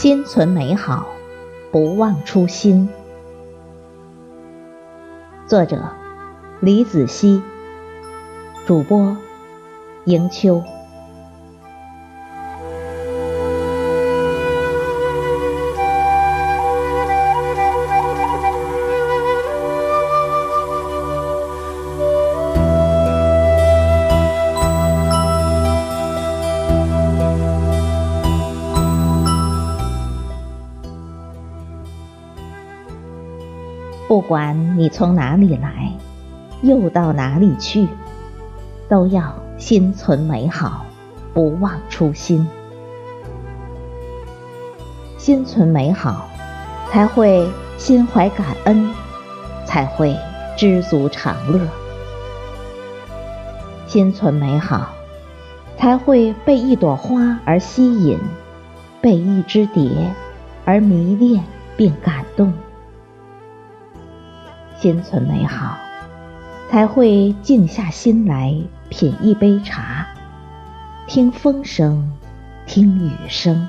心存美好，不忘初心。作者：李子熙，主播：迎秋。不管你从哪里来，又到哪里去，都要心存美好，不忘初心。心存美好，才会心怀感恩，才会知足常乐。心存美好，才会被一朵花而吸引，被一只蝶而迷恋并感动。心存美好，才会静下心来品一杯茶，听风声，听雨声。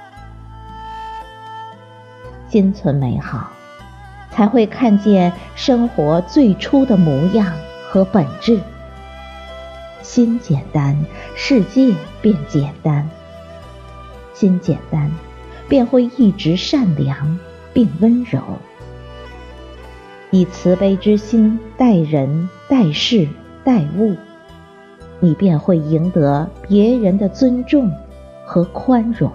心存美好，才会看见生活最初的模样和本质。心简单，世界便简单；心简单，便会一直善良并温柔。以慈悲之心待人待事待物，你便会赢得别人的尊重和宽容。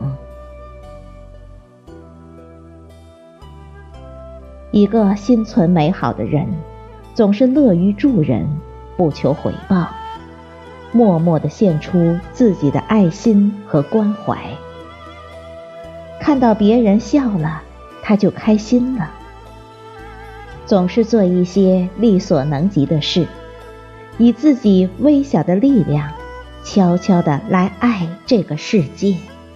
一个心存美好的人，总是乐于助人，不求回报，默默地献出自己的爱心和关怀。看到别人笑了，他就开心了。总是做一些力所能及的事，以自己微小的力量，悄悄地来爱这个世界。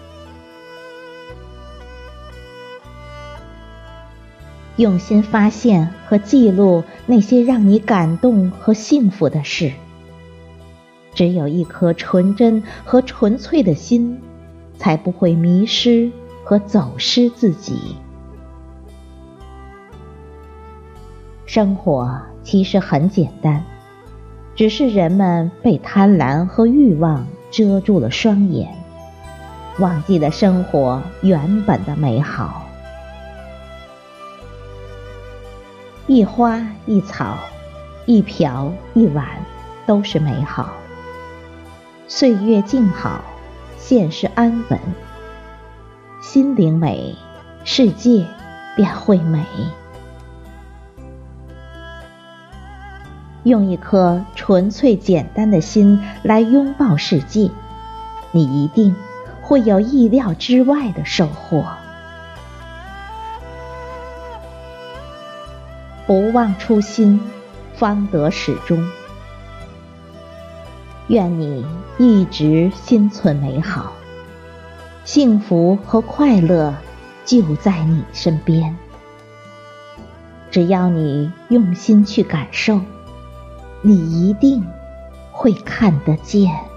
用心发现和记录那些让你感动和幸福的事。只有一颗纯真和纯粹的心，才不会迷失和走失自己。生活其实很简单，只是人们被贪婪和欲望遮住了双眼，忘记了生活原本的美好。一花一草，一瓢一碗，都是美好。岁月静好，现实安稳，心灵美，世界便会美。用一颗纯粹简单的心来拥抱世界，你一定会有意料之外的收获。不忘初心，方得始终。愿你一直心存美好，幸福和快乐就在你身边。只要你用心去感受，你一定会看得见。